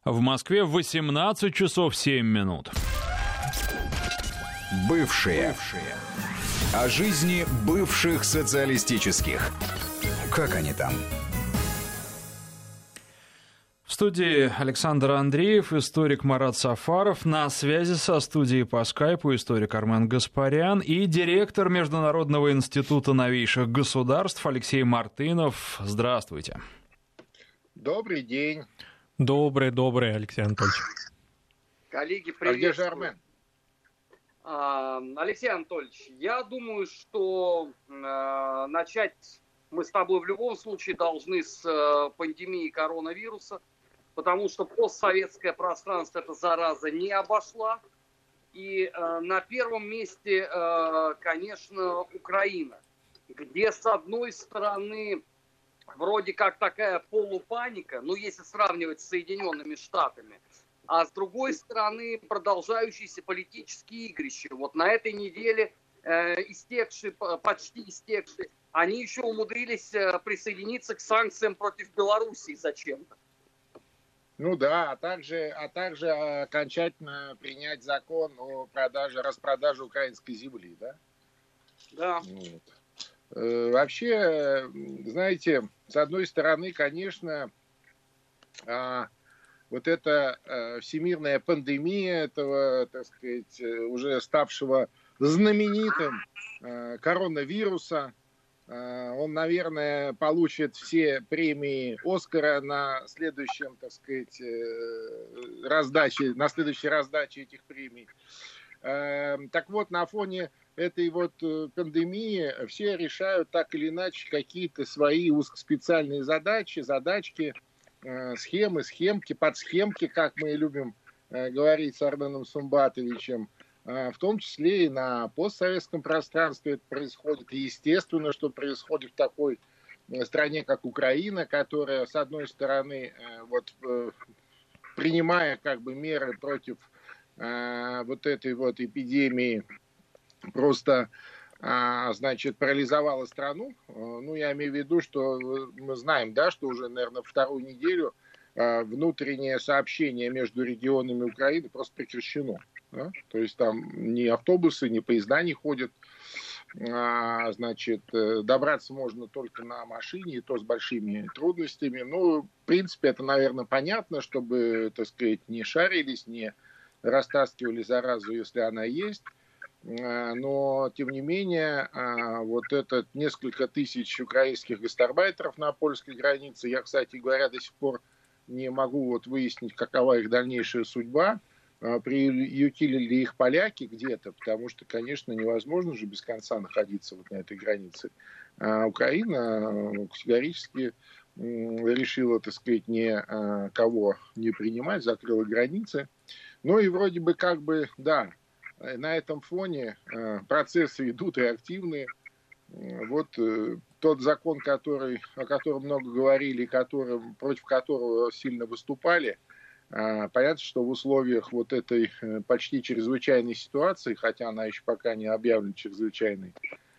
В Москве 18 часов 7 минут. Бывшие. О жизни бывших социалистических. Как они там? В студии Александр Андреев, историк Марат Сафаров. На связи со студией по скайпу историк Армен Гаспарян и директор Международного института новейших государств Алексей Мартынов. Здравствуйте. Добрый день. Добрый, Алексей Анатольевич. Коллеги, привет. А где же Армен? Алексей Анатольевич, я думаю, что начать мы с тобой в любом случае должны с пандемии коронавируса, потому что постсоветское пространство эта зараза не обошла. И на первом месте, конечно, Украина, где с одной стороны вроде как такая полупаника, ну если сравнивать с Соединенными Штатами, а с другой стороны продолжающиеся политические игрища. Вот на этой неделе почти истекшие, они еще умудрились присоединиться к санкциям против Белоруссии зачем-то. Ну да, а также окончательно принять закон о распродаже украинской земли, да? Да. Вот. Вообще, знаете, с одной стороны, конечно, вот эта всемирная пандемия этого, так сказать, уже ставшего знаменитым коронавируса, он, наверное, получит все премии Оскара на следующем, так сказать, на следующей раздаче этих премий. Так вот, на фоне этой вот пандемии все решают так или иначе какие-то свои узкоспециальные задачки, схемы, схемки, подсхемки, как мы любим говорить с Арменом Сумбатовичем. В том числе и на постсоветском пространстве это происходит. И естественно, что происходит в такой стране, как Украина, которая, с одной стороны, вот, принимая как бы меры против вот этой вот эпидемии, просто, значит, парализовала страну. Ну, я имею в виду, что мы знаем, да, что уже, наверное, вторую неделю внутреннее сообщение между регионами Украины просто прекращено. Да? То есть там ни автобусы, ни поезда не ходят. Значит, добраться можно только на машине, и то с большими трудностями. Ну, в принципе, это, наверное, понятно, чтобы, так сказать, не шарились, не растаскивали заразу, если она есть. Но, тем не менее, вот это несколько тысяч украинских гастарбайтеров на польской границе, я, кстати говоря, до сих пор не могу вот выяснить, какова их дальнейшая судьба, приютили ли их поляки где-то, потому что, конечно, невозможно же без конца находиться вот на этой границе. Украина категорически решила, так сказать, никого не принимать, закрыла границы. Ну и вроде бы как бы, да, на этом фоне процессы идут и активные. Вот тот закон, о котором много говорили, против которого сильно выступали, понятно, что в условиях вот этой почти чрезвычайной ситуации, хотя она еще пока не объявлена чрезвычайной,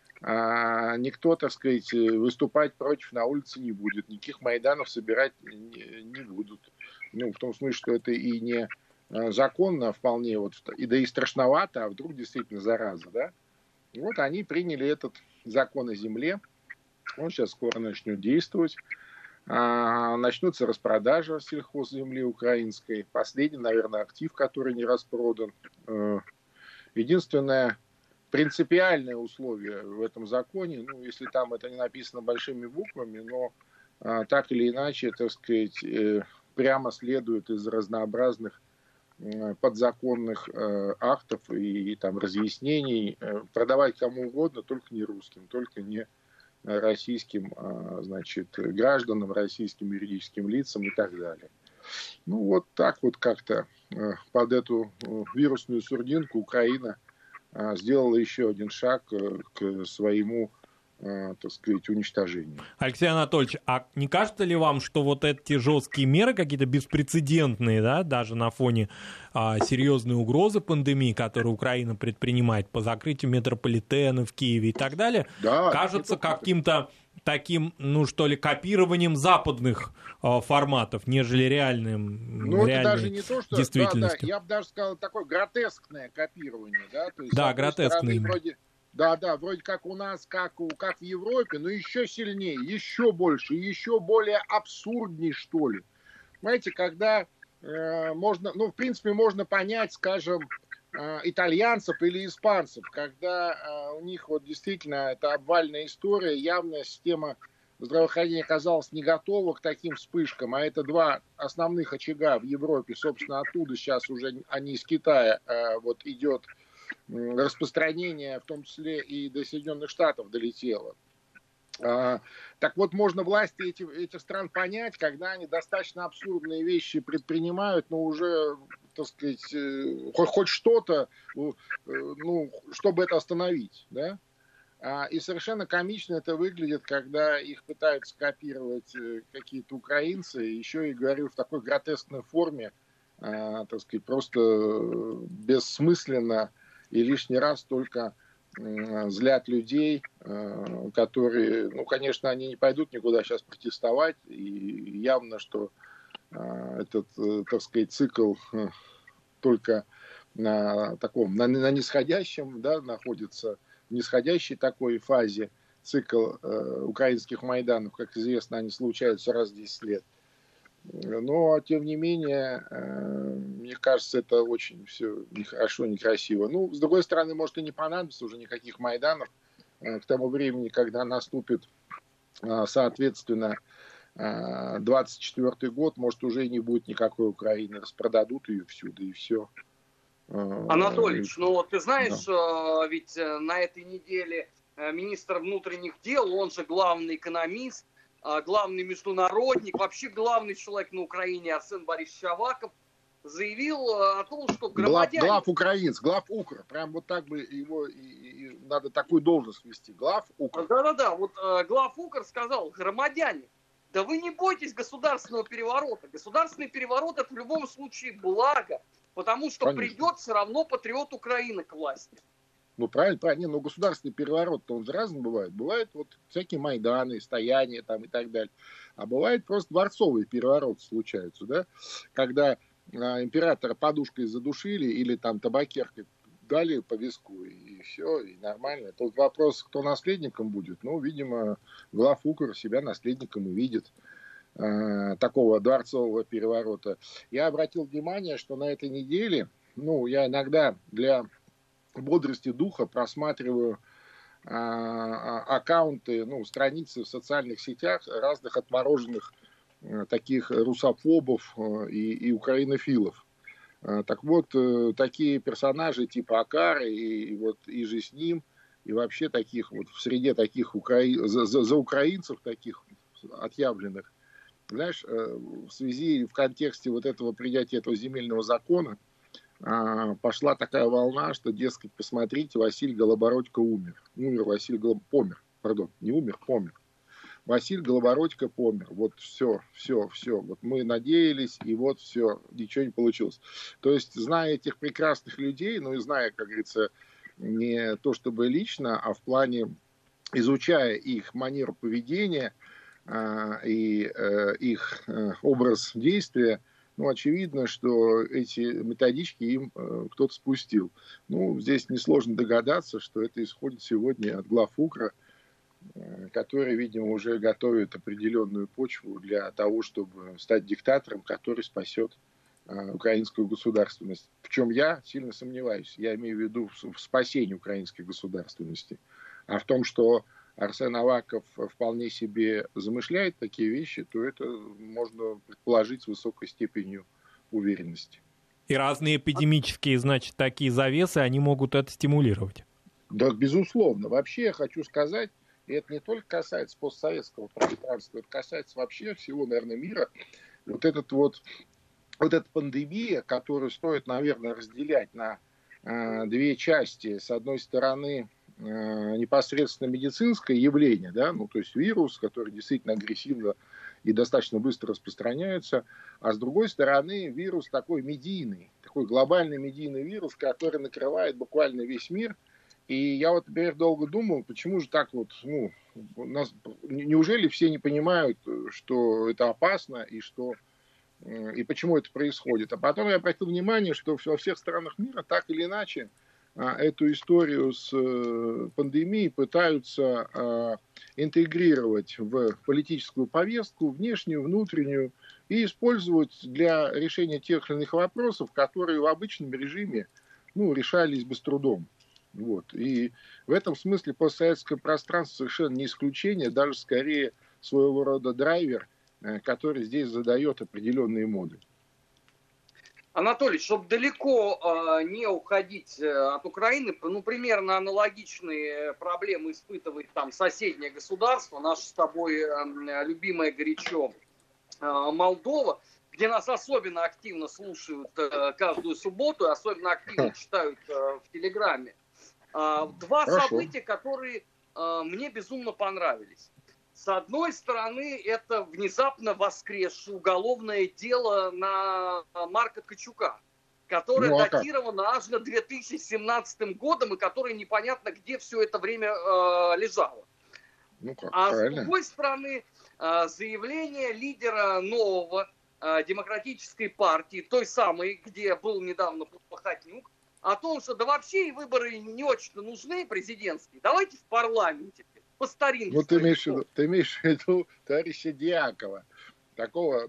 никто, так сказать, выступать против на улице не будет, никаких майданов собирать не будут. Ну, в том смысле, что это и не законно вполне, вот, да и страшновато, а вдруг действительно зараза, да? Вот они приняли этот закон о земле, он сейчас скоро начнет действовать, начнутся распродажи сельхозземли украинской, последний, наверное, актив, который не распродан. Единственное принципиальное условие в этом законе, ну, если там это не написано большими буквами, но так или иначе, так сказать, прямо следует из разнообразных подзаконных актов и там разъяснений продавать кому угодно, только не русским, только не российским, значит, гражданам, российским юридическим лицам и так далее. Ну вот так вот как-то под эту вирусную сурдинку Украина сделала еще один шаг к своему, так сказать, уничтожению. Алексей Анатольевич, а не кажется ли вам, что вот эти жесткие меры, какие-то беспрецедентные, да, даже на фоне серьезной угрозы пандемии, которую Украина предпринимает по закрытию метрополитена в Киеве и так далее, да, кажется каким-то таким, ну что ли, копированием западных форматов, нежели реальной это даже не то, что действительностью. Я бы даже сказал, такое гротескное копирование, да, то есть, да, гротескное. Вроде как у нас, как в Европе, но еще сильнее, еще больше, еще более абсурдней, что ли. Понимаете, когда можно, в принципе, можно понять, скажем, итальянцев или испанцев, когда у них вот действительно это обвальная история, явно система здравоохранения оказалась не готова к таким вспышкам, а это два основных очага в Европе, собственно, оттуда сейчас уже, они из Китая, вот идет распространение, в том числе и до Соединенных Штатов долетело. Так вот, можно власти этих стран понять, когда они достаточно абсурдные вещи предпринимают, но уже, так сказать, хоть что-то, чтобы это остановить, да? И совершенно комично это выглядит, когда их пытаются копировать какие-то украинцы, еще и, говорю, в такой гротескной форме, так сказать, просто бессмысленно и лишний раз только злят людей, которые, конечно, они не пойдут никуда сейчас протестовать, и явно, что этот, так сказать, цикл только на нисходящем, да, находится, в нисходящей такой фазе, цикл украинских майданов, как известно, они случаются раз в 10 лет. Но, тем не менее, мне кажется, это очень все нехорошо, некрасиво. С другой стороны, может и не понадобится уже никаких майданов к тому времени, когда наступит, соответственно, 24-й год, может, уже и не будет никакой Украины, распродадут ее всюду, и все. Анатольевич, ты знаешь, ведь на этой неделе министр внутренних дел, он же главный экономист, главный международник, вообще главный человек на Украине Арсен Борисович Аваков заявил о том, что громадяне... Главукр, прям вот так бы его и надо такую должность вести, главукр. Да, вот главукр сказал: громадяне, да вы не бойтесь государственного переворота. Государственный переворот — это в любом случае благо, потому что придет все равно патриот Украины к власти. Правильно, но государственный переворот-то он же разный бывает. Бывают вот всякие майданы, стояния там и так далее. А бывает просто дворцовые перевороты случаются, да? Когда императора подушкой задушили или там табакеркой дали по виску, и все, и нормально. Тут вопрос, кто наследником будет. Видимо, главукр себя наследником увидит такого дворцового переворота. Я обратил внимание, что на этой неделе, я иногда для бодрости духа просматриваю аккаунты, страницы в социальных сетях разных отмороженных таких русофобов и украинофилов. Так вот, такие персонажи типа Акары и же с ним, и вообще таких вот в среде таких за украинцев таких отъявленных, знаешь, в контексте вот этого принятия этого земельного закона пошла такая волна, что, дескать, посмотрите, Василий Голобородько умер. Помер. Василий Голобородько помер. Вот все. Вот мы надеялись, и вот все, ничего не получилось. То есть, зная этих прекрасных людей, и зная, как говорится, не то чтобы лично, а в плане, изучая их манеру поведения и их образ действия, очевидно, что эти методички им кто-то спустил. Здесь несложно догадаться, что это исходит сегодня от главукра, который, видимо, уже готовит определенную почву для того, чтобы стать диктатором, который спасет украинскую государственность. В чем я сильно сомневаюсь. Я имею в виду в спасении украинской государственности. А в том, что Арсен Аваков вполне себе замышляет такие вещи, то это можно предположить с высокой степенью уверенности. И разные эпидемические, значит, такие завесы, они могут это стимулировать. Да, безусловно. Вообще я хочу сказать, и это не только касается постсоветского пространства, это касается вообще всего, наверное, мира. Вот эта пандемия, которую стоит, наверное, разделять на две части. С одной стороны, непосредственно медицинское явление, да, то есть вирус, который действительно агрессивно и достаточно быстро распространяется, а с другой стороны вирус такой медийный, такой глобальный медийный вирус, который накрывает буквально весь мир. И я например, долго думал, почему же так неужели все не понимают, что это опасно и почему это происходит? А потом я обратил внимание, что во всех странах мира так или иначе эту историю с пандемией пытаются интегрировать в политическую повестку, внешнюю, внутреннюю, и использовать для решения тех или иных вопросов, которые в обычном режиме решались бы с трудом. Вот. И в этом смысле постсоветское пространство совершенно не исключение, даже скорее своего рода драйвер, который здесь задает определенные моды. Анатолий, чтобы далеко не уходить от Украины, примерно аналогичные проблемы испытывает там соседнее государство, наше с тобой любимое горячо Молдова, где нас особенно активно слушают каждую субботу, особенно активно читают в Телеграме. Два события, которые мне безумно понравились. С одной стороны, это внезапно воскресшее уголовное дело на Марка Ткачука, которое датировано аж на 2017 годом и которое непонятно где все это время лежало. С другой стороны, заявление лидера нового демократической партии, той самой, где был недавно Плохотнюк, о том, что да вообще и выборы не очень-то нужны президентские, давайте в парламенте. По старинке. Ты имеешь в виду товарища Дьякова, такого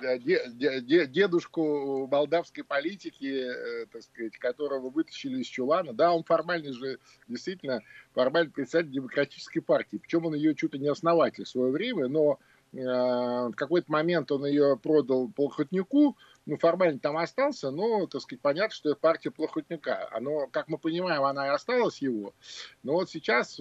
дедушку молдавской политики, так сказать, которого вытащили из чулана. Да, он формальный же, действительно, формальный председатель демократической партии. Причем он ее чуть ли не основатель в свое время, но в какой-то момент он ее продал Плохотнюку, формально там остался, но, так сказать, понятно, что это партия Плохотнюка. Оно, как мы понимаем, она и осталась его. Но вот сейчас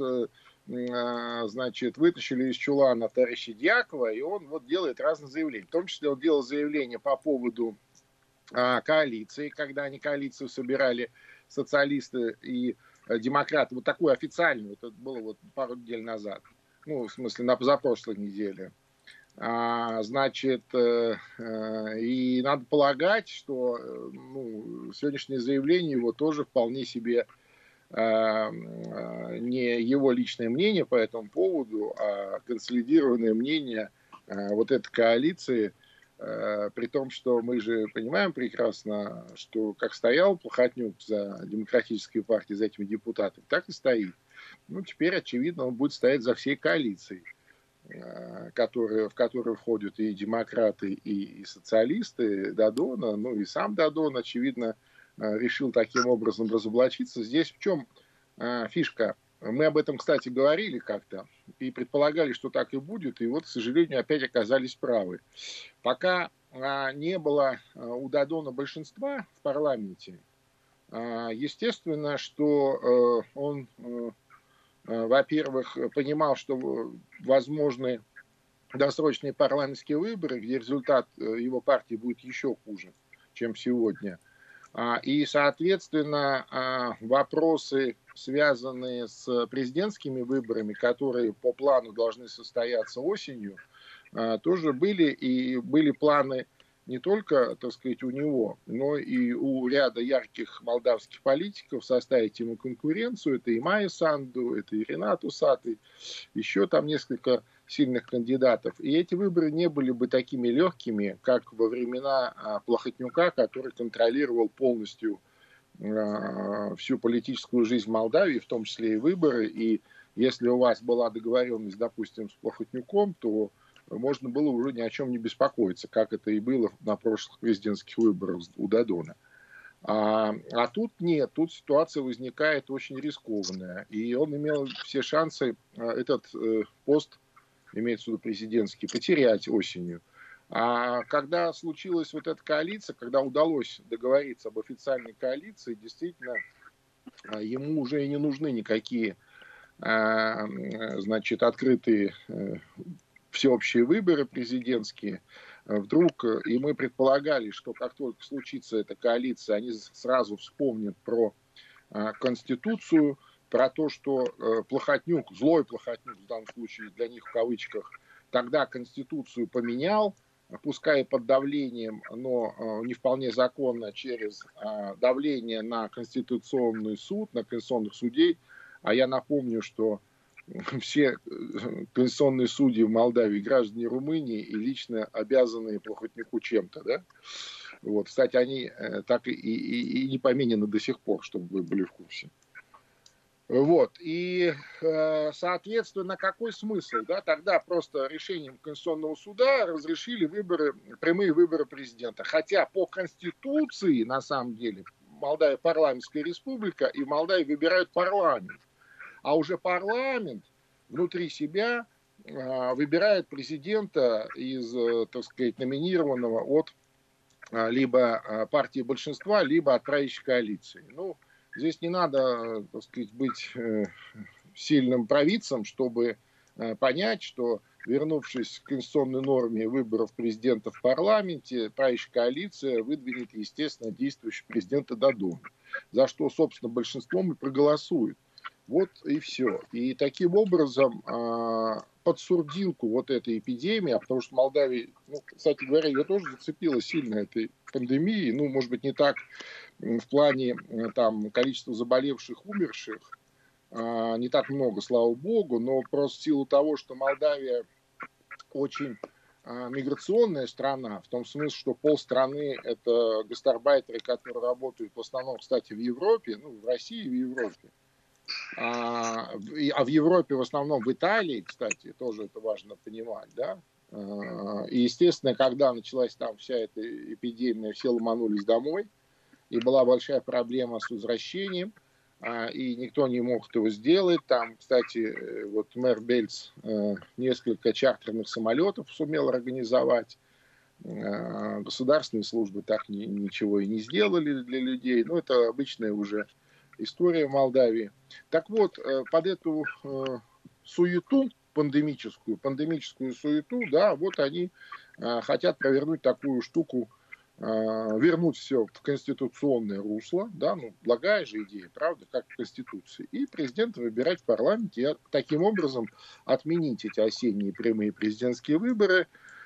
вытащили из чулана товарища Дьякова, и он делает разные заявления. В том числе он делал заявление по поводу коалиции, когда они коалицию собирали, социалисты и демократы, вот такую официальную, это было пару недель назад, в смысле, на позапрошлой неделе. И надо полагать, что сегодняшнее заявление его тоже вполне себе не его личное мнение по этому поводу, а консолидированное мнение этой коалиции, при том, что мы же понимаем прекрасно, что как стоял Плохотнюк за демократической партией, за этими депутатами, так и стоит. Теперь, очевидно, он будет стоять за всей коалицией, в которую входят и демократы, и социалисты Додона, и сам Додон, очевидно, решил таким образом разоблачиться. Здесь в чем фишка? Мы об этом, кстати, говорили как-то и предполагали, что так и будет, и к сожалению, опять оказались правы. Пока не было у Додона большинства в парламенте, естественно, что он, во-первых, понимал, что возможны досрочные парламентские выборы, где результат его партии будет еще хуже, чем сегодня. И, соответственно, вопросы, связанные с президентскими выборами, которые по плану должны состояться осенью, тоже были. И были планы не только, так сказать, у него, но и у ряда ярких молдавских политиков составить ему конкуренцию. Это и Майя Санду, это и Ренат Усатый, еще там несколько сильных кандидатов. И эти выборы не были бы такими легкими, как во времена Плохотнюка, который контролировал полностью всю политическую жизнь Молдавии, в том числе и выборы. И если у вас была договоренность, допустим, с Плохотнюком, то можно было уже ни о чем не беспокоиться, как это и было на прошлых президентских выборах у Додона. А тут нет, тут ситуация возникает очень рискованная. И он имел все шансы этот пост, имеется в виду президентский, потерять осенью. А когда случилась эта коалиция, когда удалось договориться об официальной коалиции, действительно, ему уже и не нужны никакие, открытые всеобщие выборы президентские. Вдруг, и мы предполагали, что как только случится эта коалиция, они сразу вспомнят про Конституцию, про то, что Плохотнюк, злой Плохотнюк, в данном случае для них в кавычках, тогда Конституцию поменял, пускай под давлением, но не вполне законно, через давление на Конституционный суд, на конституционных судей. А я напомню, что все конституционные судьи в Молдавии граждане Румынии и лично обязаны Плохотнюку чем-то, да? Вот, кстати, они так и не поменены до сих пор, чтобы вы были в курсе. Вот, и, соответственно, какой смысл, да? Тогда просто решением Конституционного суда разрешили прямые выборы президента. Хотя по Конституции, на самом деле, Молдавия парламентская республика, и в Молдавии выбирают парламент. А уже парламент внутри себя выбирает президента из, так сказать, номинированного от либо партии большинства, либо от правящей коалиции. Ну, здесь не надо, так сказать, быть сильным провидцем, чтобы понять, что, вернувшись к конституционной норме выборов президента в парламенте, правящая коалиция выдвинет, естественно, действующего президента Додона, за что, собственно, большинством и проголосует. Вот и все. И таким образом под сурдинку вот этой эпидемии, потому что Молдавия, ну, кстати говоря, ее тоже зацепила сильно этой пандемией, ну, может быть, не так в плане там количества заболевших, умерших, не так много, слава богу, но просто в силу того, что Молдавия очень миграционная страна, в том смысле, что полстраны это гастарбайтеры, которые работают в основном, кстати, в Европе, ну, в России и в Европе. А в Европе в основном в Италии, кстати, тоже это важно понимать, да. И, естественно, когда началась там вся эта эпидемия, все ломанулись домой, и была большая проблема с возвращением, и никто не мог этого сделать. Там, кстати, вот мэр Бельц несколько чартерных самолетов сумел организовать. Государственные службы так ничего и не сделали для людей. Ну, это обычная уже история в Молдавии. Так вот, под эту суету пандемическую суету, да, вот они хотят провернуть такую штуку, вернуть все в конституционное русло, да, ну, благая же идея, правда, как в Конституции, и президента выбирать в парламенте, и таким образом отменить эти осенние прямые президентские выборы.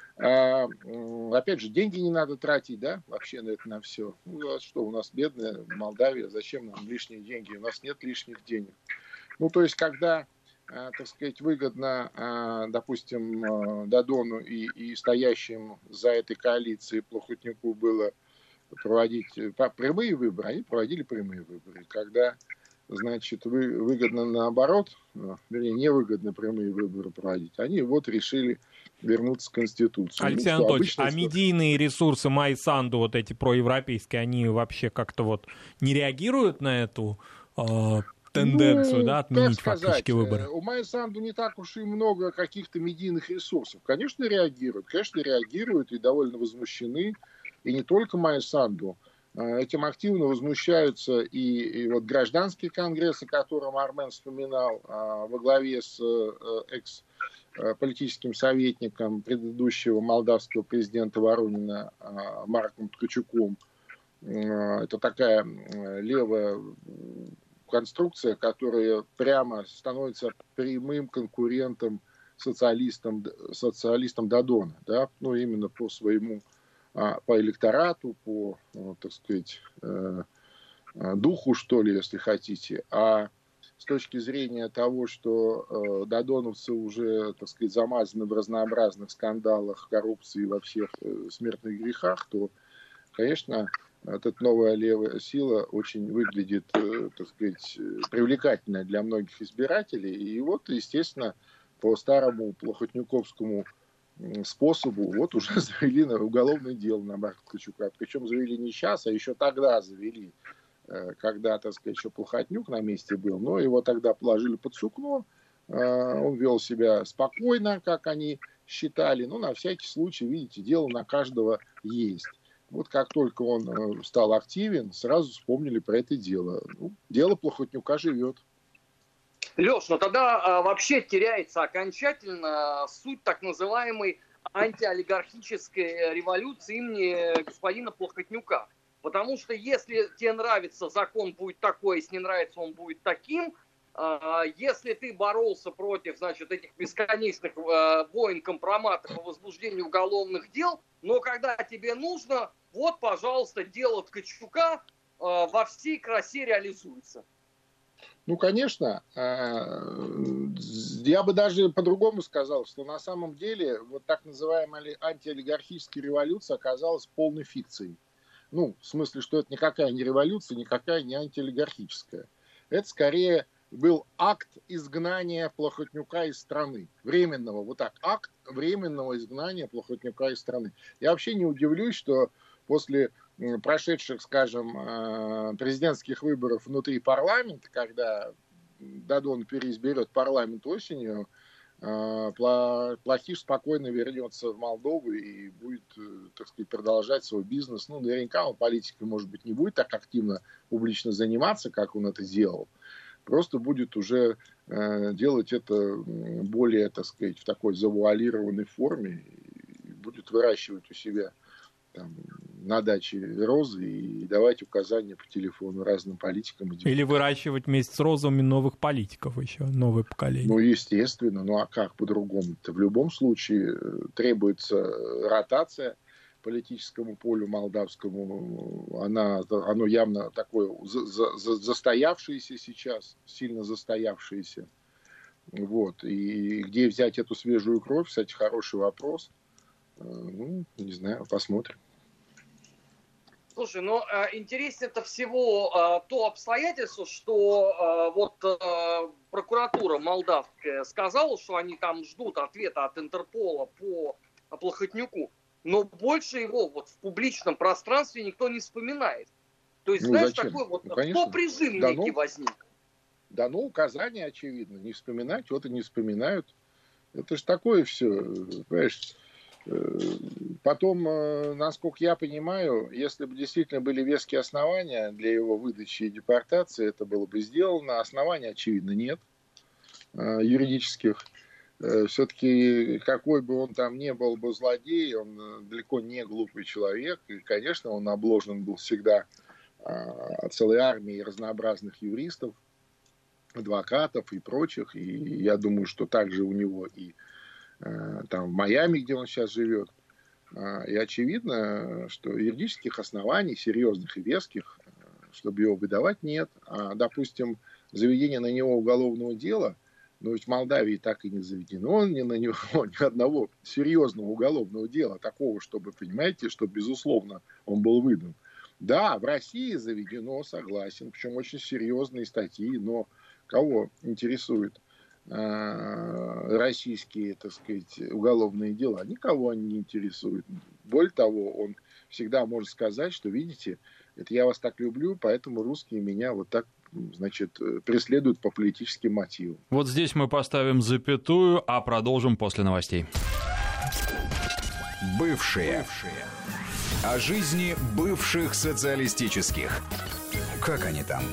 Опять же, деньги не надо тратить, да, вообще на это на все. Ну, что, у нас бедная Молдавия, зачем нам лишние деньги? У нас нет лишних денег. Ну, то есть, когда, так сказать, выгодно, допустим, Додону и стоящим за этой коалицией Плохотнюку было проводить прямые выборы, они проводили прямые выборы. Когда, значит, выгодно наоборот, вернее, невыгодно прямые выборы проводить, они вот решили вернуться к Конституции. Алексей Анатольевич, а медийные ресурсы Майсанду, вот эти проевропейские, они вообще как-то вот не реагируют на эту тенденцию, да, отменить фактически выборы? У Майсанду не так уж и много каких-то медийных ресурсов. Конечно, реагируют и довольно возмущены. И не только Майсанду. Этим активно возмущаются и вот гражданский конгресс, о котором Армен вспоминал, во главе с экс-политическим советником предыдущего молдавского президента Воронина Марком Ткачуком. Это такая левая конструкция, которая прямо становится прямым конкурентом социалистам Додона, да? Ну, именно по своему, по электорату, по, так сказать, духу, что ли, если хотите. А с точки зрения того, что додоновцы уже, так сказать, замазаны в разнообразных скандалах, коррупции во всех смертных грехах, то, конечно, эта новая левая сила очень выглядит, так сказать, привлекательной для многих избирателей. И вот, естественно, по старому плохотнюковскому способу вот уже завели уголовное дело на Марка Ткачука. Причем завели не сейчас, а еще тогда завели, когда, так сказать, еще Плохотнюк на месте был. Но его тогда положили под сукно. Он вел себя спокойно, как они считали. Но на всякий случай, видите, дело на каждого есть. Вот как только он стал активен, сразу вспомнили про это дело. Ну, дело Плохотнюка живет. Леш, ну тогда вообще теряется окончательно суть так называемой антиолигархической революции имени господина Плохотнюка. Потому что если тебе нравится, закон будет такой, если не нравится, он будет таким. Если ты боролся против, значит, этих бесконечных войн, компроматов по возбуждению уголовных дел, но когда тебе нужно, вот, пожалуйста, дело Ткачука во всей красе реализуется. Ну, конечно, Я бы даже по-другому сказал, что на самом деле вот так называемая антиолигархическая революция оказалась полной фикцией. Ну, в смысле, что это никакая не революция, никакая не антиолигархическая. Это скорее был акт изгнания Плохотнюка из страны. Временного, вот так, акт временного изгнания Плохотнюка из страны. Я вообще не удивлюсь, что после прошедших, скажем, президентских выборов внутри парламента, когда Дадон переизберет парламент осенью, Плохиш спокойно вернется в Молдову и будет, так сказать, продолжать свой бизнес. Ну, наверняка он политикой, может быть, не будет так активно публично заниматься, как он это делал. Просто будет уже делать это более, так сказать, в такой завуалированной форме. И будет выращивать у себя там на даче розы и давать указания по телефону разным политикам. Или выращивать вместе с розами новых политиков еще, новое поколение. Ну, естественно. Ну, а как по-другому-то? В любом случае требуется ротация политическому полю молдавскому. Оно явно такое застоявшееся сейчас, сильно застоявшееся. Вот. И где взять эту свежую кровь, кстати, хороший вопрос. Ну, не знаю, посмотрим. Слушай, ну интереснее это всего то обстоятельство, что прокуратура молдавская сказала, что они там ждут ответа от Интерпола по Плохотнюку, но больше его вот в публичном пространстве никто не вспоминает. То есть, знаешь, зачем? Такой вот стоп-режим некий возник. Дано указание, очевидно, не вспоминать, вот и не вспоминают. Это же такое все, понимаешь. Потом, насколько я понимаю, если бы действительно были веские основания для его выдачи и депортации, это было бы сделано. Оснований, очевидно, нет юридических. Все-таки, какой бы он там ни был бы злодей, он далеко не глупый человек. И, конечно, он обложен был всегда целой армией разнообразных юристов, адвокатов и прочих. И я думаю, что также у него и там в Майами, где он сейчас живет. И очевидно, что юридических оснований, серьезных и веских, чтобы его выдавать, нет. А, допустим, заведение на него уголовного дела, но ведь в Молдавии так и не заведено ни на него ни одного серьезного уголовного дела, такого, чтобы, понимаете, что, безусловно, он был выдан. Да, в России заведено, согласен, причем очень серьезные статьи, но кого интересует российские, так сказать, уголовные дела, никого они не интересуют. Более того, он всегда может сказать, что, видите, это я вас так люблю, поэтому русские меня вот так, значит, преследуют по политическим мотивам. Вот здесь мы поставим запятую, а продолжим после новостей. Бывшие. О жизни бывших социалистических. Как они там?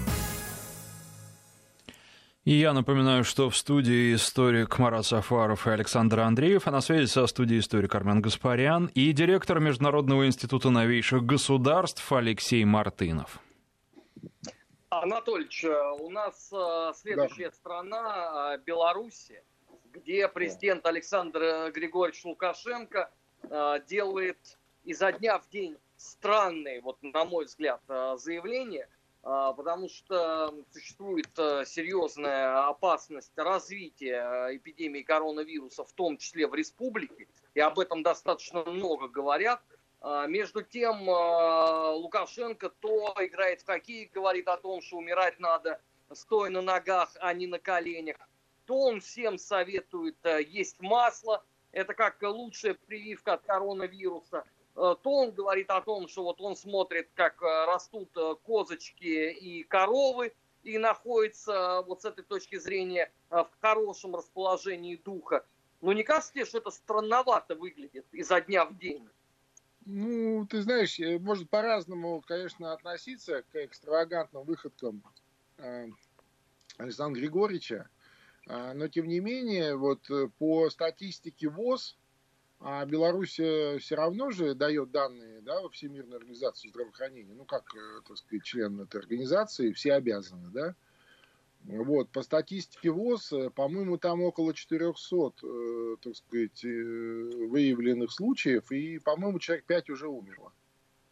И я напоминаю, что в студии историк Марат Сафаров и Александр Андреев, а на связи со студией историк Армен Гаспарян и директор Международного института новейших государств Алексей Мартынов. Анатольевич, у нас следующая страна Белоруссия, где президент Александр Григорьевич Лукашенко делает изо дня в день странные, вот на мой взгляд, заявления, потому что существует серьезная опасность развития эпидемии коронавируса, в том числе в республике, и об этом достаточно много говорят. Между тем, Лукашенко то играет в хоккей, говорит о том, что умирать надо стоя на ногах, а не на коленях, то он всем советует есть масло, это как лучшая прививка от коронавируса. То он говорит о том, что вот он смотрит, как растут козочки и коровы, и находится вот с этой точки зрения в хорошем расположении духа. Но не кажется тебе, что это странновато выглядит изо дня в день? Ну, ты знаешь, может по-разному, конечно, относиться к экстравагантным выходкам Александра Григорьевича, но тем не менее, вот по статистике ВОЗ, а Беларусь все равно же дает данные, да, во Всемирную организацию здравоохранения. Ну, как, так сказать, член этой организации, все обязаны, да. Вот, по статистике ВОЗ, по-моему, там около 400, так сказать, выявленных случаев, и, по-моему, человек 5 уже умерло.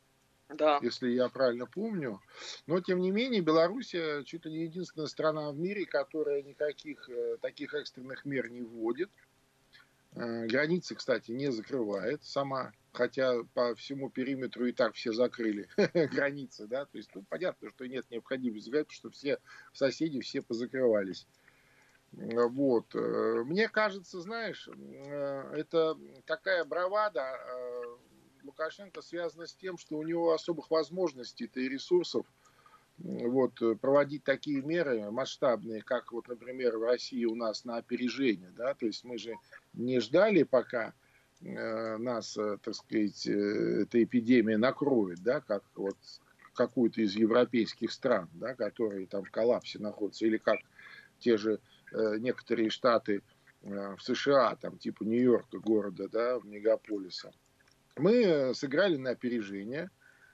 Да. Если я правильно помню. Но, тем не менее, Белоруссия чуть ли не единственная страна в мире, которая никаких таких экстренных мер не вводит. Границы, кстати, не закрывает сама, хотя по всему периметру и так все закрыли границы, да, то есть, ну, понятно, что нет необходимости закрывать, потому что все соседи все позакрывались. Вот. Мне кажется, знаешь, это такая бравада Лукашенко связана с тем, что у него особых возможностей-то и ресурсов вот, проводить такие меры масштабные, как, вот, например, в России у нас на опережение, да, то есть мы же не ждали, пока нас, так сказать, эта эпидемия накроет, да, как вот какую-то из европейских стран, да, которые там в коллапсе находятся, или как те же некоторые штаты в США, там, типа Нью-Йорка, города, да, мегаполиса. Мы сыграли на опережение,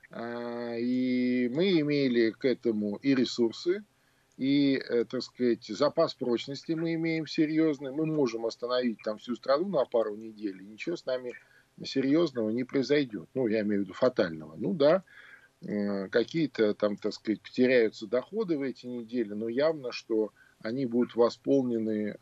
и мы имели к этому и ресурсы, и, так сказать, запас прочности мы имеем серьезный. Мы можем остановить там всю страну на пару недель, и ничего с нами серьезного не произойдет. Ну, я имею в виду фатального. Ну да, какие-то там, так сказать, потеряются доходы в эти недели, но явно, что они будут восполнены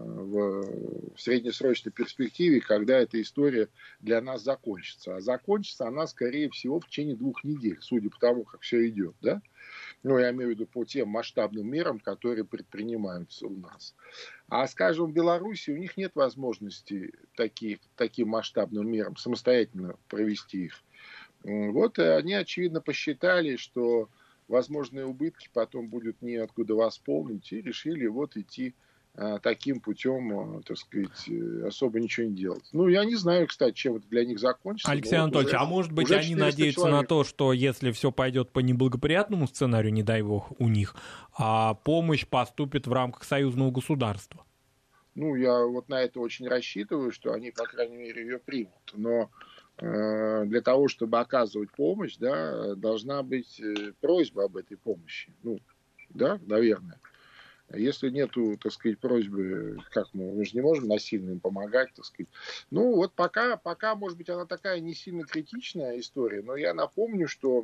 в среднесрочной перспективе, когда эта история для нас закончится. А закончится она, скорее всего, в течение 2 недель, судя по тому, как все идет. Да? Ну, я имею в виду по тем масштабным мерам, которые предпринимаются у нас. А, скажем, в Беларуси у них нет возможности таким масштабным мерам самостоятельно провести их. Вот они, очевидно, посчитали, что возможные убытки потом будет неоткуда восполнить, и решили вот идти таким путем, так сказать, особо ничего не делать. Ну, я не знаю, кстати, чем это для них закончится. Алексей Анатольевич, а может быть они надеются на то, что если все пойдет по неблагоприятному сценарию, не дай бог, у них, а помощь поступит в рамках союзного государства? Ну, я вот на это очень рассчитываю, что они, по крайней мере, ее примут. Но для того, чтобы оказывать помощь, да, должна быть просьба об этой помощи. Ну, да, наверное. Если нету, так сказать, просьбы, как мы же не можем насильно им помогать, так сказать. Ну, вот пока, может быть, она такая не сильно критичная история, но я напомню, что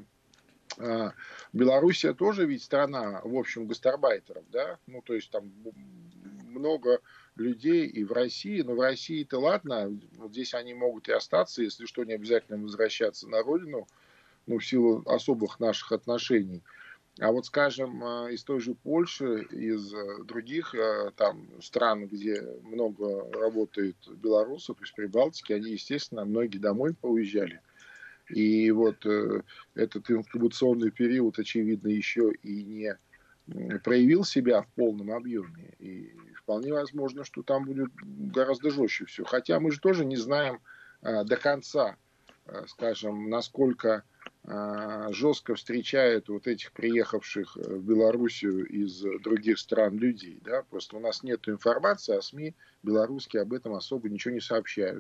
Белоруссия тоже ведь страна, в общем, гастарбайтеров, да, ну, то есть там много людей и в России, но в России-то ладно, вот здесь они могут и остаться, если что, не обязательно возвращаться на родину, ну, в силу особых наших отношений. А вот, скажем, из той же Польши, из других там стран, где много работает белорусов, из Прибалтики, они, естественно, многие домой поуезжали. И вот этот инкубационный период, очевидно, еще и не проявил себя в полном объеме. И вполне возможно, что там будет гораздо жестче все. Хотя мы же тоже не знаем до конца, скажем, насколько жестко встречают вот этих приехавших в Белоруссию из других стран людей. Да? Просто у нас нет информации, а СМИ белорусские об этом особо ничего не сообщают.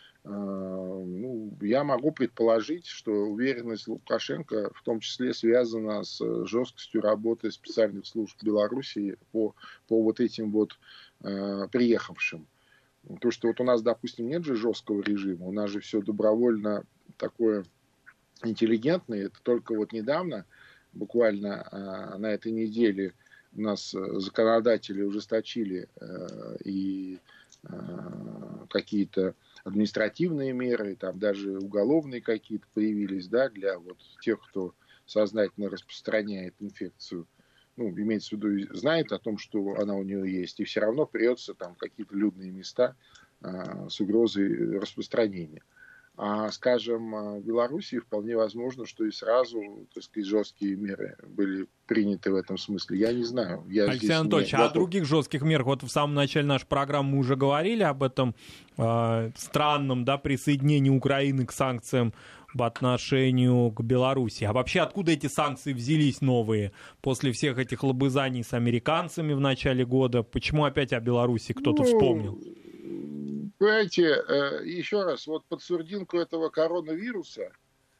Ну, я могу предположить, что уверенность Лукашенко в том числе связана с жесткостью работы специальных служб Белоруссии по вот этим вот приехавшим. То, что вот у нас, допустим, нет же жесткого режима, у нас же все добровольно такое интеллигентное. Это только вот недавно, буквально на этой неделе, у нас законодатели ужесточили и какие-то административные меры, там даже уголовные какие-то появились, да, для вот тех, кто сознательно распространяет инфекцию. Ну, имеется в виду, знает о том, что она у нее есть, и все равно придется там какие-то людные места с угрозой распространения. А, скажем, в Белоруссии вполне возможно, что и сразу, так сказать, жесткие меры были приняты в этом смысле. Я не знаю. Алексей Анатольевич, о других жестких мерах, вот в самом начале нашей программы мы уже говорили об этом странном, да, присоединении Украины к санкциям в отношению к Беларуси. А вообще откуда эти санкции взялись новые после всех этих лобызаний с американцами в начале года? Почему опять о Беларуси кто-то вспомнил? Понимаете, еще раз, вот под сурдинку этого коронавируса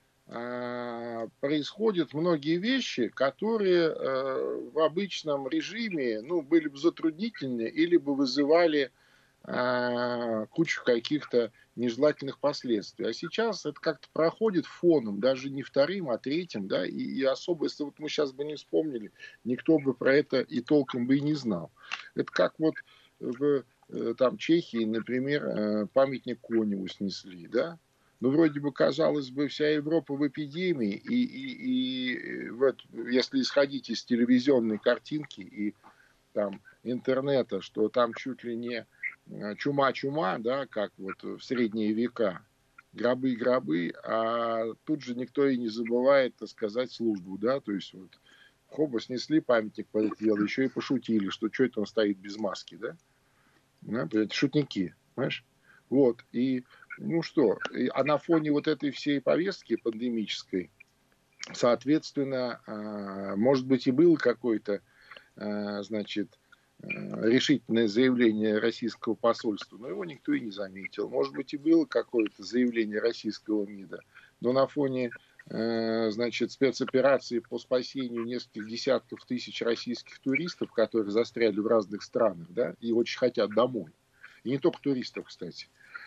происходят многие вещи, которые в обычном режиме, ну, были бы затруднительны или бы вызывали кучу каких-то нежелательных последствий. А сейчас это как-то проходит фоном, даже не вторым, а третьим, да, и особо, если вот мы сейчас бы не вспомнили, никто бы про это и толком бы и не знал. Это как вот в там, Чехии, например, памятник Коневу снесли, да. Ну, вроде бы, казалось бы, вся Европа в эпидемии, и вот, если исходить из телевизионной картинки и там интернета, что там чуть ли не чума-чума, да, как вот в средние века, гробы-гробы, а тут же никто и не забывает, так сказать, службу, да, то есть вот хоба, снесли памятник под это дело, еще и пошутили, что это он стоит без маски, да, это шутники, понимаешь, вот, и, ну что, а на фоне вот этой всей повестки пандемической, соответственно, может быть, и было какое-то, значит, решительное заявление российского посольства, но его никто и не заметил. Может быть, и было какое-то заявление российского МИДа, но на фоне, значит, спецоперации по спасению нескольких десятков тысяч российских туристов, которые застряли в разных странах, да, и очень хотят домой. И не только туристов, кстати.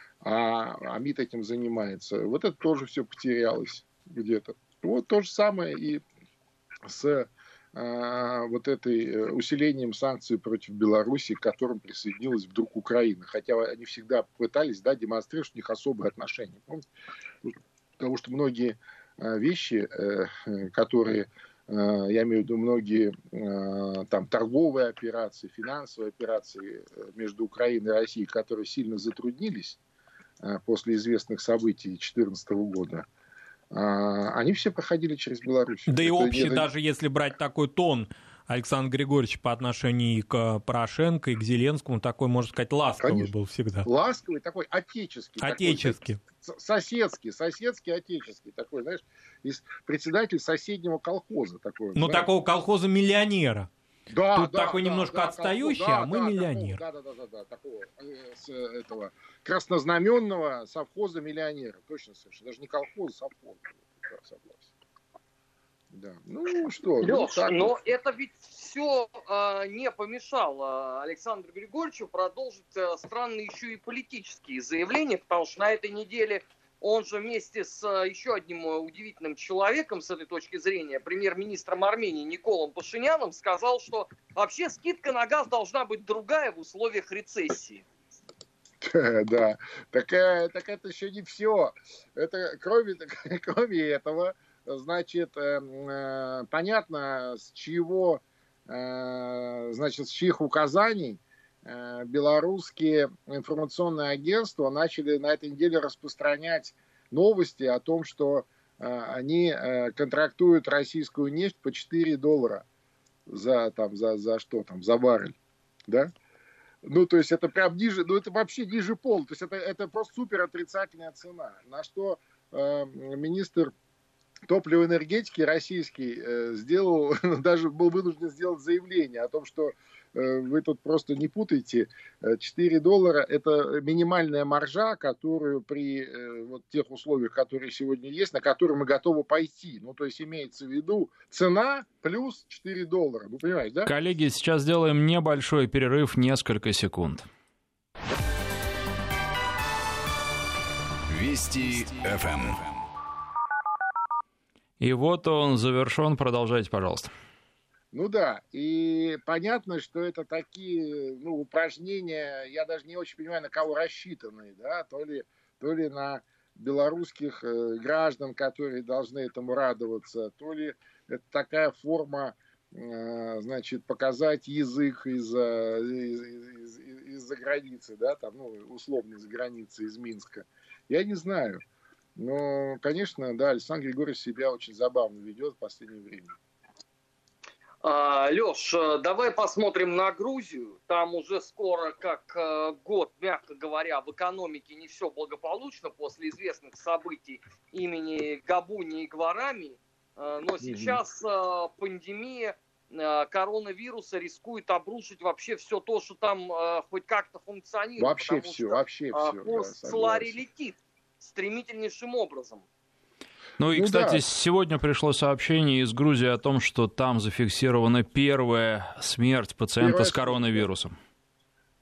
А МИД этим занимается. Вот это тоже все потерялось где-то. Вот то же самое и с вот этой усилением санкций против Беларуси, к которым присоединилась вдруг Украина. Хотя они всегда пытались, да, демонстрировать, что у них особые отношения. Потому что многие вещи, которые, я имею в виду многие там, торговые операции, финансовые операции между Украиной и Россией, которые сильно затруднились после известных событий 2014 года, они все проходили через Беларусь. Да и общий, даже если брать такой тон Александра Григорьевича по отношению и к Порошенко, и к Зеленскому, такой, можно сказать, ласковый, конечно, был всегда. Ласковый, такой отеческий. Отеческий. Такой, соседский, отеческий. Такой, знаешь, председатель соседнего колхоза. Такой, ну, знаешь? Такого колхоза-миллионера. Да, тут такой немножко отстающий, а мы миллионер. Да, такого этого краснознаменного совхоза миллионера. Точно совершенно. Даже не колхоз, а совхоз. Да. Ну что, Леш, но это ведь все не помешало Александру Григорьевичу продолжить странные еще и политические заявления, потому что на этой неделе он же вместе с еще одним удивительным человеком с этой точки зрения, премьер-министром Армении Николом Пашиняном, сказал, что вообще скидка на газ должна быть другая в условиях рецессии. Да, так это еще не все. Это кроме этого, значит, понятно, с чьих указаний белорусские информационные агентства начали на этой неделе распространять новости о том, что они контрактуют российскую нефть по $4 за баррель, да? Ну, то есть это прям ниже, ну это вообще ниже пола, то есть это просто супер отрицательная цена, на что министр топлива и энергетики российский даже был вынужден сделать заявление о том, что вы тут просто не путайте, $4 это минимальная маржа, которую при вот тех условиях, которые сегодня есть, на которые мы готовы пойти. Ну, то есть имеется в виду цена плюс $4. Вы понимаете, да? Коллеги, сейчас сделаем небольшой перерыв, несколько секунд. Вести ФМ. И вот он завершен. Продолжайте, пожалуйста. Ну да, и понятно, что это такие упражнения, я даже не очень понимаю, на кого рассчитаны, да, то ли на белорусских граждан, которые должны этому радоваться, то ли это такая форма, значит, показать язык из-за границы, да, там, условно из-за границы, из Минска. Я не знаю, но, конечно, да, Александр Григорьевич себя очень забавно ведет в последнее время. Леш, давай посмотрим на Грузию. Там уже скоро, как год, мягко говоря, в экономике не все благополучно после известных событий имени Габуни и Гварами. Но сейчас пандемия коронавируса рискует обрушить вообще все то, что там хоть как-то функционирует. Вообще все. Курс Солари летит стремительнейшим образом. Ну и, кстати, сегодня пришло сообщение из Грузии о том, что там зафиксирована первая смерть пациента с коронавирусом.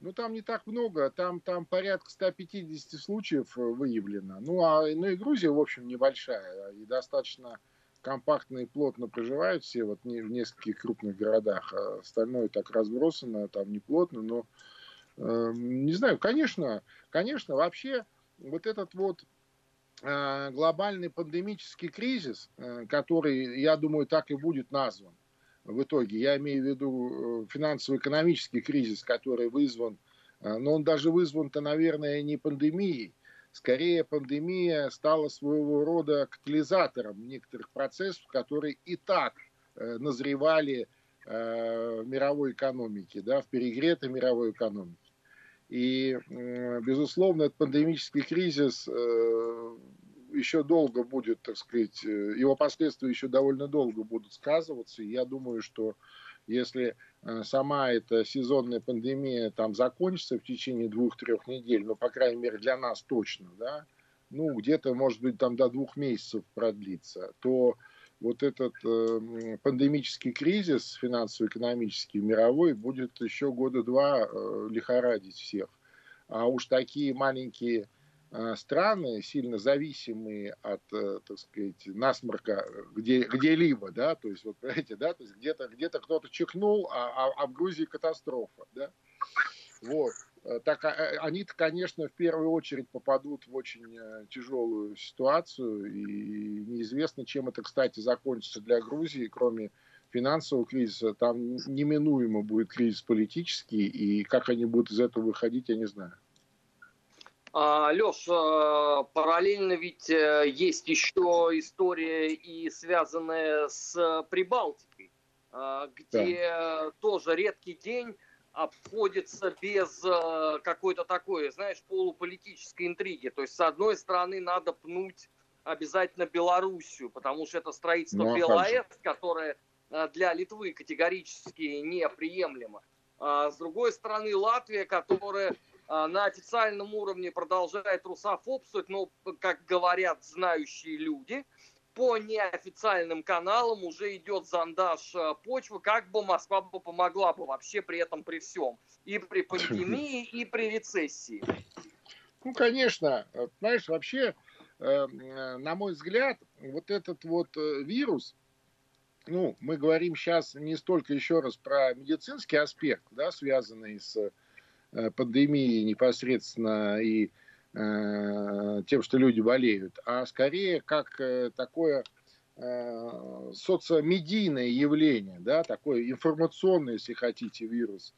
Ну, там не так много, там порядка 150 случаев выявлено. Ну и Грузия, в общем, небольшая и достаточно компактно и плотно проживают все вот в нескольких крупных городах. А остальное так разбросано, там не плотно, но не знаю, конечно, вообще вот этот вот глобальный пандемический кризис, который, я думаю, так и будет назван в итоге, я имею в виду финансово-экономический кризис, который вызван, но он даже вызван-то, наверное, не пандемией, скорее пандемия стала своего рода катализатором некоторых процессов, которые и так назревали в мировой экономике, да, в перегретой мировой экономике. И, безусловно, этот пандемический кризис еще долго будет, так сказать, его последствия еще довольно долго будут сказываться. И я думаю, что если сама эта сезонная пандемия там закончится в течение 2-3 недель, ну, по крайней мере, для нас точно, да, ну, где-то, может быть, там до 2 месяцев продлится, то вот этот пандемический кризис финансово-экономический мировой будет еще 2 года лихорадить всех. А уж такие маленькие страны, сильно зависимые от, так сказать, насморка где-либо, да, то есть, вот, понимаете, да, то есть где-то кто-то чихнул, а в Грузии катастрофа, да, вот. Так они-то, конечно, в первую очередь попадут в очень тяжелую ситуацию, и неизвестно, чем это, кстати, закончится для Грузии, кроме финансового кризиса, там неминуемо будет кризис политический, и как они будут из этого выходить, я не знаю. Леш, параллельно ведь есть еще история и связанная с Прибалтикой, где тоже редкий день обходится без какой-то такой, знаешь, полуполитической интриги. То есть, с одной стороны, надо пнуть обязательно Белоруссию, потому что это строительство БелАЭС, которое для Литвы категорически неприемлемо. С другой стороны, Латвия, которая на официальном уровне продолжает русофобствовать, но, как говорят знающие люди, по неофициальным каналам уже идет зондаж почвы, как бы Москва помогла бы вообще при этом, при всем. И при пандемии, и при рецессии. Ну, конечно. Знаешь, вообще, на мой взгляд, вот этот вот вирус, ну, мы говорим сейчас не столько еще раз про медицинский аспект, да, связанный с пандемией непосредственно и тем, что люди болеют, а скорее как такое социомедийное явление, да, такое информационное, если хотите, вирус.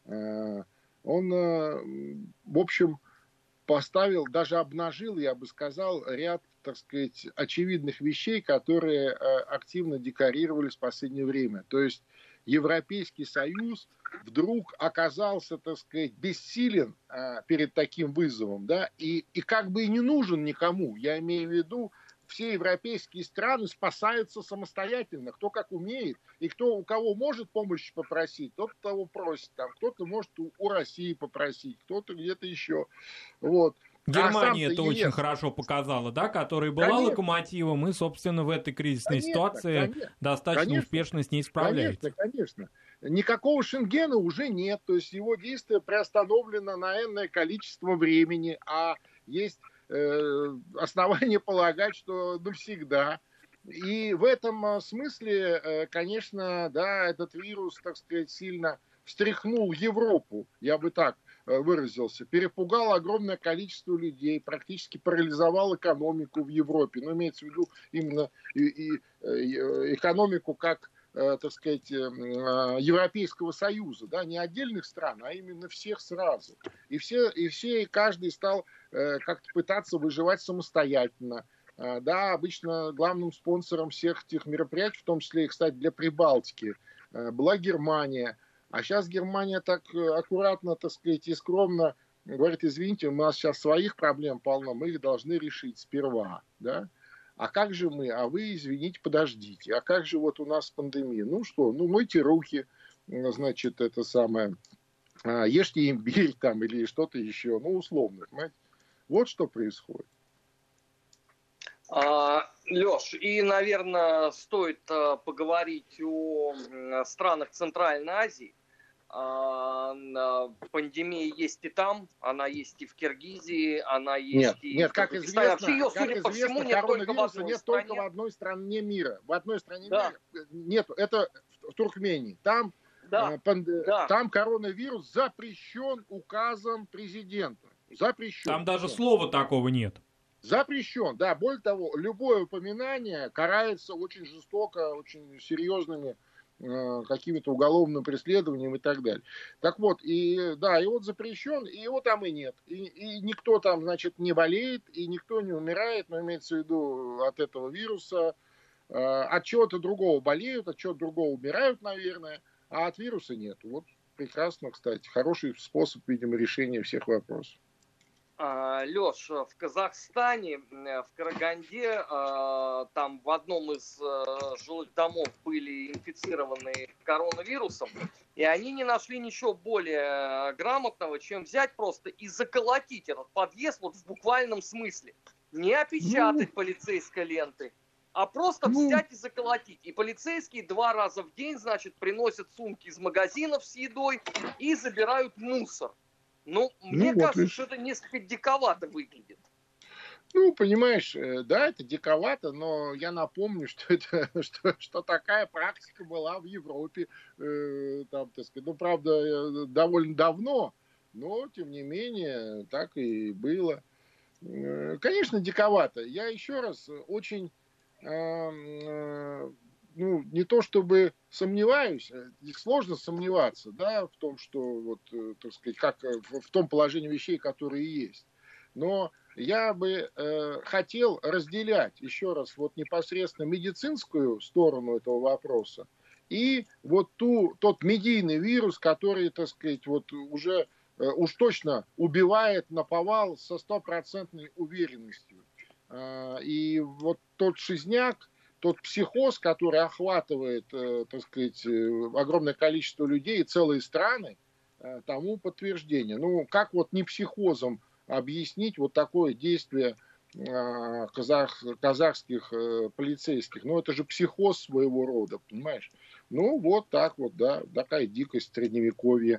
Он, в общем, поставил, даже обнажил, я бы сказал, ряд, так сказать, очевидных вещей, которые активно декорировались в последнее время. То есть Европейский Союз вдруг оказался, так сказать, бессилен перед таким вызовом, да, и как бы и не нужен никому. Я имею в виду, все европейские страны спасаются самостоятельно, кто как умеет, и у кого может помощи попросить, тот того просит, там, кто-то может у России попросить, кто-то где-то еще, вот. Германия это очень хорошо показала, да, которая была локомотивом и, собственно, в этой кризисной ситуации достаточно успешно с ней справляется. Конечно. Никакого Шенгена уже нет, то есть его действие приостановлено на энное количество времени, а есть основания полагать, что навсегда. И в этом смысле, конечно, да, этот вирус, так сказать, сильно встряхнул Европу, я бы так выразился, перепугал огромное количество людей, практически парализовал экономику в Европе. Ну, имеется в виду именно экономику как, так сказать, Европейского Союза, да, не отдельных стран, а именно всех сразу. И каждый стал как-то пытаться выживать самостоятельно. Да, обычно главным спонсором всех этих мероприятий, в том числе и, кстати, для Прибалтики, была Германия. А сейчас Германия так аккуратно, так сказать, и скромно говорит: извините, у нас сейчас своих проблем полно, мы их должны решить сперва, да? А как же мы? А вы, извините, подождите. А как же вот у нас пандемия? Ну что, мойте руки, значит, это самое, ешьте имбирь там или что-то еще, условно, понимаете? Вот что происходит. Леш, и, наверное, стоит поговорить о странах Центральной Азии, пандемия есть и там, она есть и в Киргизии, она есть нет, как известно, ее, судя по всему, коронавируса нет только в одной стране мира. В одной стране мира нет, это в Туркмении. Там, там коронавирус запрещен указом президента. Запрещен. Там даже слова такого нет. Запрещен, да. Более того, любое упоминание карается очень жестоко, очень серьезными какими-то уголовным преследованием и так далее. Так вот, и вот запрещен, и его там и нет. И никто там, значит, не болеет, и никто не умирает, но имеется в виду от этого вируса. От чего-то другого болеют, от чего-то другого умирают, наверное, а от вируса нет. Вот прекрасно, кстати. Хороший способ, видимо, решения всех вопросов. Леш, в Казахстане, в Караганде, там в одном из жилых домов были инфицированы коронавирусом, и они не нашли ничего более грамотного, чем взять просто и заколотить этот подъезд вот в буквальном смысле. Не опечатать полицейской лентой, а просто взять и заколотить. И полицейские 2 раза в день, значит, приносят сумки из магазинов с едой и забирают мусор. Ну, мне кажется, что это несколько диковато выглядит. Ну, понимаешь, да, это диковато, но я напомню, что такая практика была в Европе, там, так сказать, ну, правда, довольно давно, но, тем не менее, так и было. Конечно, диковато. Я еще раз очень... не то чтобы сомневаюсь, сложно сомневаться, да, в том, что, вот, так сказать, как в том положении вещей, которые есть. Но я бы хотел разделять еще раз вот непосредственно медицинскую сторону этого вопроса и вот тот медийный вирус, который, так сказать, вот уже уж точно убивает наповал со 100% уверенностью. И вот тот шизняк, тот психоз, который охватывает, так сказать, огромное количество людей и целые страны, тому подтверждение. Ну, как вот не психозом объяснить вот такое действие казахских полицейских? Ну, это же психоз своего рода, понимаешь? Ну, вот так вот, да, такая дикость средневековья.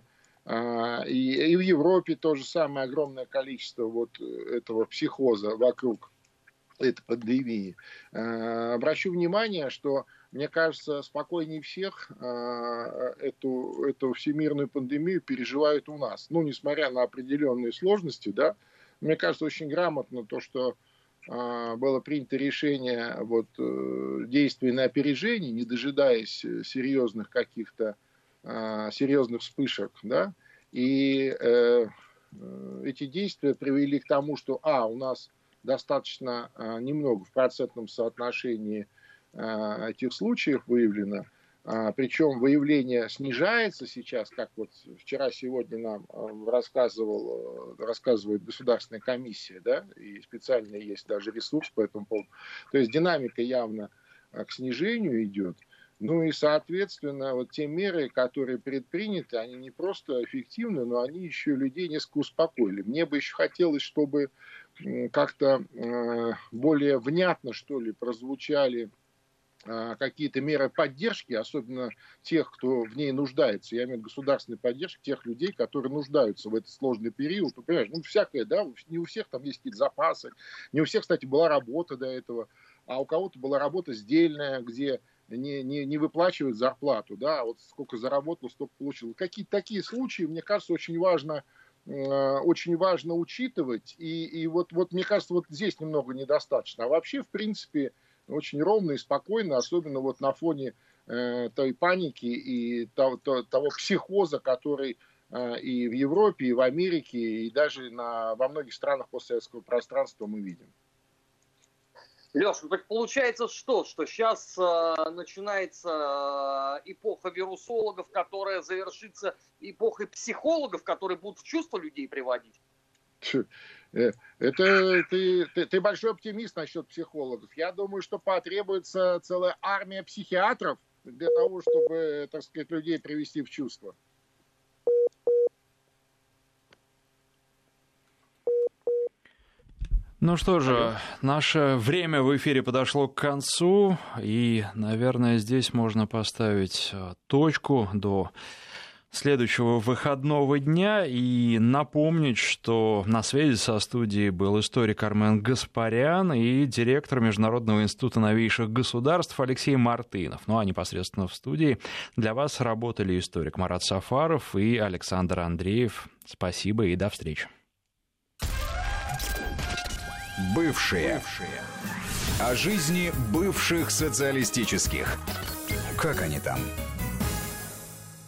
И в Европе то же самое огромное количество вот этого психоза вокруг этой пандемии. Обращу внимание, что, мне кажется, спокойнее всех эту всемирную пандемию переживают у нас. Ну, несмотря на определенные сложности, да, мне кажется, очень грамотно то, что было принято решение вот, действий на опережение, не дожидаясь серьезных каких-то серьезных вспышек, да, и эти действия привели к тому, что, у нас достаточно немного в процентном соотношении этих случаев выявлено. Причем выявление снижается сейчас, как вот вчера-сегодня нам рассказывает Государственная комиссия, да, и специально есть даже ресурс по этому поводу. То есть динамика явно к снижению идет. Ну и, соответственно, вот те меры, которые предприняты, они не просто эффективны, но они еще людей несколько успокоили. Мне бы еще хотелось, чтобы как-то более внятно, что ли, прозвучали какие-то меры поддержки, особенно тех, кто в ней нуждается. Я имею в виду государственной поддержки тех людей, которые нуждаются в этот сложный период. Ну, понимаешь, ну, всякое, да, не у всех там есть какие-то запасы, не у всех, кстати, была работа до этого, а у кого-то была работа сдельная, где не выплачивают зарплату, да, вот сколько заработал, столько получил. Какие-то такие случаи, мне кажется, очень важно учитывать, и вот мне кажется, вот здесь немного недостаточно. А вообще, в принципе, очень ровно и спокойно, особенно вот на фоне той паники и того психоза, который и в Европе, и в Америке, и даже во многих странах постсоветского пространства мы видим. Леш, ну так получается что сейчас начинается эпоха вирусологов, которая завершится эпохой психологов, которые будут в чувство людей приводить? Это ты большой оптимист насчет психологов. Я думаю, что потребуется целая армия психиатров для того, чтобы, так сказать, людей привести в чувство. Ну что же, наше время в эфире подошло к концу, и, наверное, здесь можно поставить точку до следующего выходного дня и напомнить, что на связи со студией был историк Армен Гаспарян и директор Международного института новейших государств Алексей Мартынов. Ну а непосредственно в студии для вас работали историк Марат Сафаров и Александр Андреев. Спасибо и до встречи. Бывшие. О жизни бывших социалистических. Как они там?